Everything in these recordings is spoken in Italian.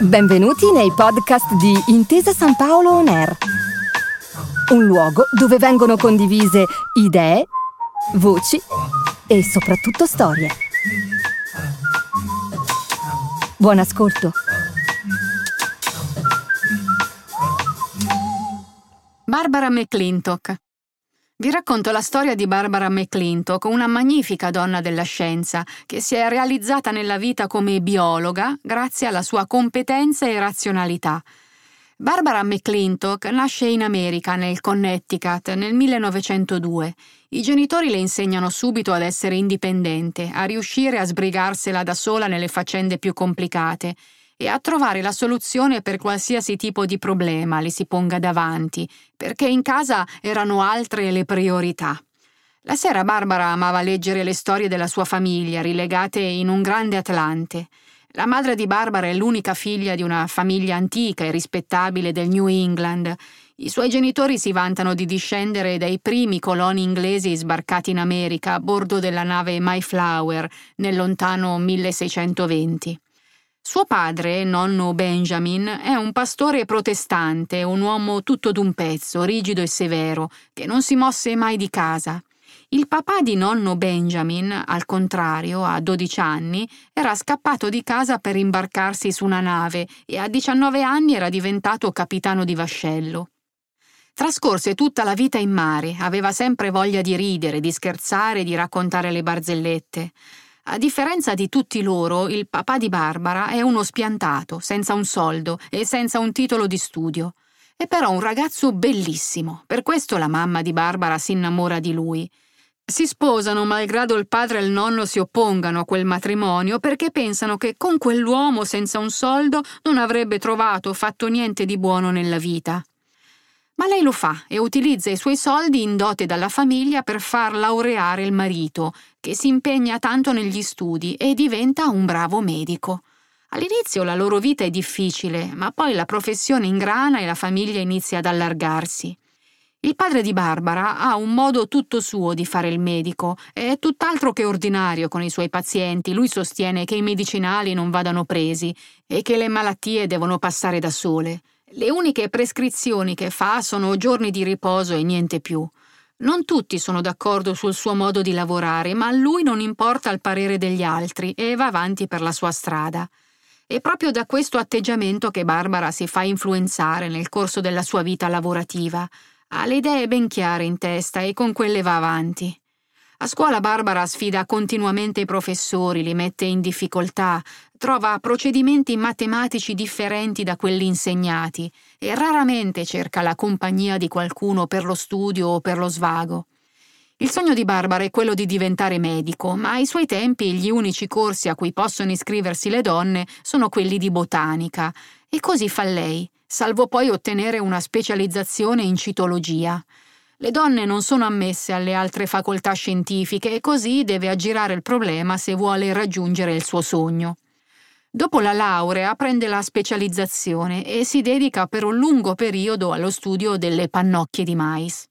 Benvenuti nei podcast di Intesa San Paolo On Air, un luogo dove vengono condivise idee, voci e soprattutto storie. Buon ascolto. Barbara McClintock. Vi racconto la storia di Barbara McClintock, una magnifica donna della scienza che si è realizzata nella vita come biologa grazie alla sua competenza e razionalità. Barbara McClintock nasce in America, nel Connecticut, nel 1902. I genitori le insegnano subito ad essere indipendente, a riuscire a sbrigarsela da sola nelle faccende più complicate e a trovare la soluzione per qualsiasi tipo di problema le si ponga davanti, perché in casa erano altre le priorità. La sera Barbara amava leggere le storie della sua famiglia, rilegate in un grande Atlante. La madre di Barbara è l'unica figlia di una famiglia antica e rispettabile del New England. I suoi genitori si vantano di discendere dai primi coloni inglesi sbarcati in America a bordo della nave Mayflower nel lontano 1620. Suo padre, nonno Benjamin, è un pastore protestante, un uomo tutto d'un pezzo, rigido e severo, che non si mosse mai di casa. Il papà di nonno Benjamin, al contrario, a 12 anni, era scappato di casa per imbarcarsi su una nave e a 19 anni era diventato capitano di vascello. Trascorse tutta la vita in mare, aveva sempre voglia di ridere, di scherzare, di raccontare le barzellette. A differenza di tutti loro, il papà di Barbara è uno spiantato, senza un soldo e senza un titolo di studio. È però un ragazzo bellissimo, per questo la mamma di Barbara si innamora di lui. Si sposano malgrado il padre e il nonno si oppongano a quel matrimonio perché pensano che con quell'uomo senza un soldo non avrebbe trovato o fatto niente di buono nella vita. Ma lei lo fa e utilizza i suoi soldi in dote dalla famiglia per far laureare il marito, che si impegna tanto negli studi e diventa un bravo medico. All'inizio la loro vita è difficile, ma poi la professione ingrana e la famiglia inizia ad allargarsi. Il padre di Barbara ha un modo tutto suo di fare il medico, è tutt'altro che ordinario con i suoi pazienti. Lui sostiene che i medicinali non vadano presi e che le malattie devono passare da sole. Le uniche prescrizioni che fa sono giorni di riposo e niente più. Non tutti sono d'accordo sul suo modo di lavorare, ma a lui non importa il parere degli altri e va avanti per la sua strada. È proprio da questo atteggiamento che Barbara si fa influenzare nel corso della sua vita lavorativa. Ha le idee ben chiare in testa e con quelle va avanti. A scuola Barbara sfida continuamente i professori, li mette in difficoltà, trova procedimenti matematici differenti da quelli insegnati e raramente cerca la compagnia di qualcuno per lo studio o per lo svago. Il sogno di Barbara è quello di diventare medico, ma ai suoi tempi gli unici corsi a cui possono iscriversi le donne sono quelli di botanica, e così fa lei, salvo poi ottenere una specializzazione in citologia. Le donne non sono ammesse alle altre facoltà scientifiche e così deve aggirare il problema se vuole raggiungere il suo sogno. Dopo la laurea prende la specializzazione e si dedica per un lungo periodo allo studio delle pannocchie di mais.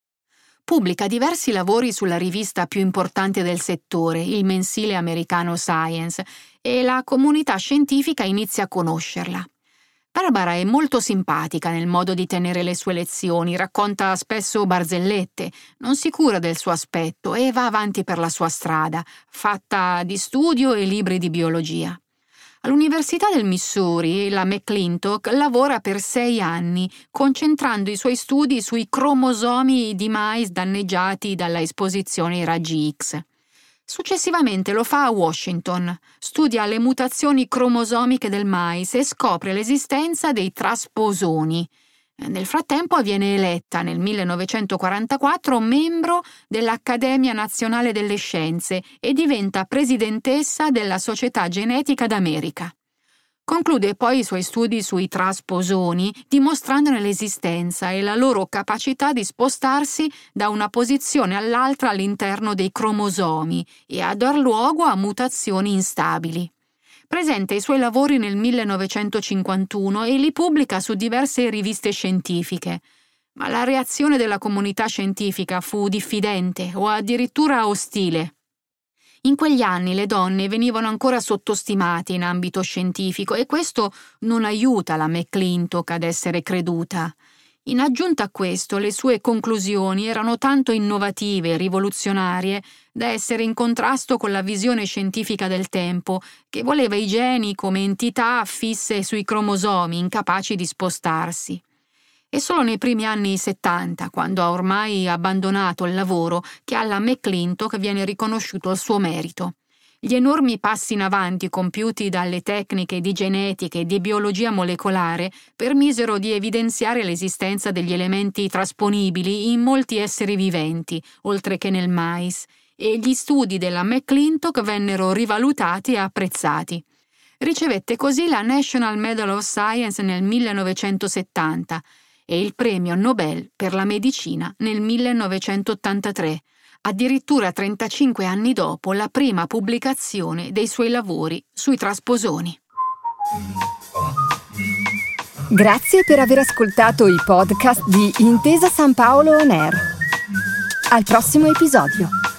Pubblica diversi lavori sulla rivista più importante del settore, il mensile americano Science, e la comunità scientifica inizia a conoscerla. Barbara è molto simpatica nel modo di tenere le sue lezioni, racconta spesso barzellette, non si cura del suo aspetto e va avanti per la sua strada, fatta di studio e libri di biologia. All'Università del Missouri, la McClintock lavora per 6 anni, concentrando i suoi studi sui cromosomi di mais danneggiati dalla esposizione ai raggi X. Successivamente lo fa a Washington, studia le mutazioni cromosomiche del mais e scopre l'esistenza dei trasposoni. Nel frattempo viene eletta nel 1944 membro dell'Accademia Nazionale delle Scienze e diventa presidentessa della Società Genetica d'America. Conclude poi i suoi studi sui trasposoni, dimostrandone l'esistenza e la loro capacità di spostarsi da una posizione all'altra all'interno dei cromosomi e a dar luogo a mutazioni instabili. Presenta i suoi lavori nel 1951 e li pubblica su diverse riviste scientifiche, ma la reazione della comunità scientifica fu diffidente o addirittura ostile. In quegli anni le donne venivano ancora sottostimate in ambito scientifico e questo non aiuta la McClintock ad essere creduta. In aggiunta a questo, le sue conclusioni erano tanto innovative e rivoluzionarie da essere in contrasto con la visione scientifica del tempo, che voleva i geni come entità fisse sui cromosomi, incapaci di spostarsi. È solo nei primi anni 70, quando ha ormai abbandonato il lavoro, che alla McClintock viene riconosciuto il suo merito. Gli enormi passi in avanti compiuti dalle tecniche di genetica e di biologia molecolare permisero di evidenziare l'esistenza degli elementi trasponibili in molti esseri viventi, oltre che nel mais, e gli studi della McClintock vennero rivalutati e apprezzati. Ricevette così la National Medal of Science nel 1970 e il premio Nobel per la medicina nel 1983, addirittura 35 anni dopo la prima pubblicazione dei suoi lavori sui trasposoni. Grazie per aver ascoltato i podcast di Intesa San Paolo On Air. Al prossimo episodio.